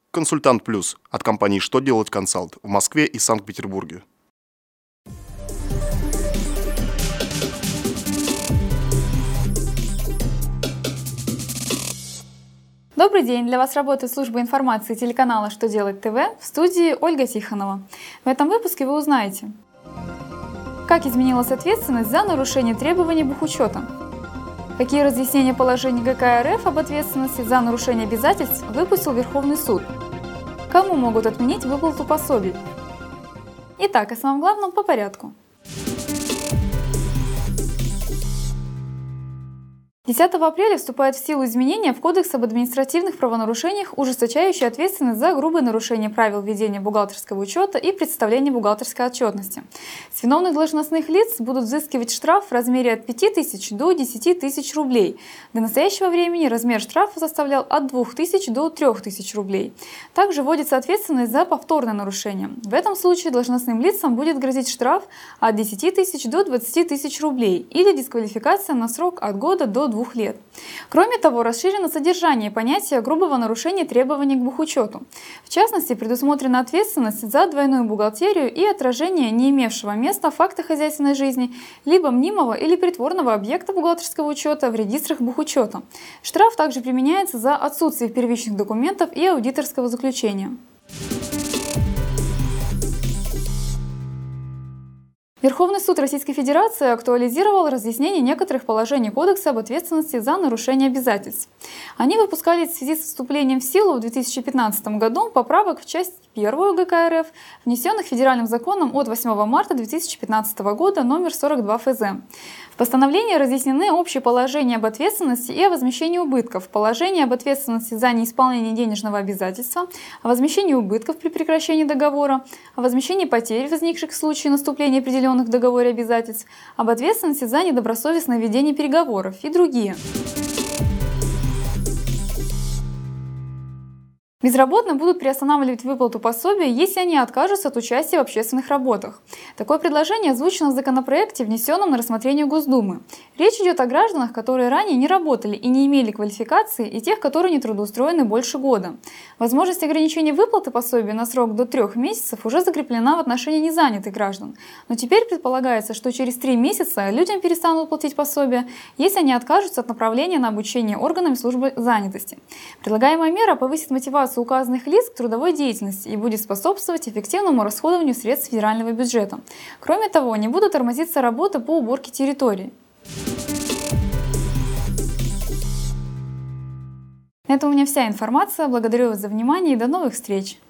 Консультант Плюс от компании «Что делать консалт» в Москве и Санкт-Петербурге. Добрый день! Для вас работает служба информации телеканала «Что делать ТВ», в студии Ольга Тихонова. В этом выпуске вы узнаете, как изменилась ответственность за нарушение требований бухучета, какие разъяснения положений ГК РФ об ответственности за нарушение обязательств выпустил Верховный суд, кому могут отменить выплату пособий. Итак, о самом главном по порядку. 10 апреля вступают в силу изменения в Кодекс об административных правонарушениях, ужесточающие ответственность за грубое нарушение правил ведения бухгалтерского учета и представления бухгалтерской отчетности. С виновных должностных лиц будут взыскивать штраф в размере от 5000 до 10 тысяч рублей. До настоящего времени размер штрафа составлял от 2000 до 3000 рублей. Также вводится ответственность за повторное нарушение. В этом случае должностным лицам будет грозить штраф от 10 тысяч до 20 тысяч рублей или дисквалификация на срок от года до 2 лет. Кроме того, расширено содержание понятия грубого нарушения требований к бухучету. В частности, предусмотрена ответственность за двойную бухгалтерию и отражение не имевшего места факта хозяйственной жизни либо мнимого или притворного объекта бухгалтерского учета в регистрах бухучета. Штраф также применяется за отсутствие первичных документов и аудиторского заключения. Верховный суд Российской Федерации актуализировал разъяснение некоторых положений Кодекса об ответственности за нарушение обязательств. Они выпускались в связи с вступлением в силу в 2015 году поправок в часть 1 ГК РФ, внесенных федеральным законом от 8 марта 2015 года номер 42 ФЗ. В постановлении разъяснены общие положения об ответственности и о возмещении убытков, положения об ответственности за неисполнение денежного обязательства, о возмещении убытков при прекращении договора, о возмещении потерь, возникших в случае наступления определенных в договоре обязательств, об ответственности за недобросовестное ведение переговоров и другие. Безработным будут приостанавливать выплату пособия, если они откажутся от участия в общественных работах. Такое предложение озвучено в законопроекте, внесенном на рассмотрение Госдумы. Речь идет о гражданах, которые ранее не работали и не имели квалификации, и тех, которые не трудоустроены больше года. Возможность ограничения выплаты пособия на срок до 3 месяцев уже закреплена в отношении незанятых граждан. Но теперь предполагается, что через 3 месяца людям перестанут платить пособие, если они откажутся от направления на обучение органами службы занятости. Предлагаемая мера повысит мотивацию указанных лиц к трудовой деятельности и будет способствовать эффективному расходованию средств федерального бюджета. Кроме того, не будут тормозиться работы по уборке территории. На этом у меня вся информация. Благодарю вас за внимание и до новых встреч!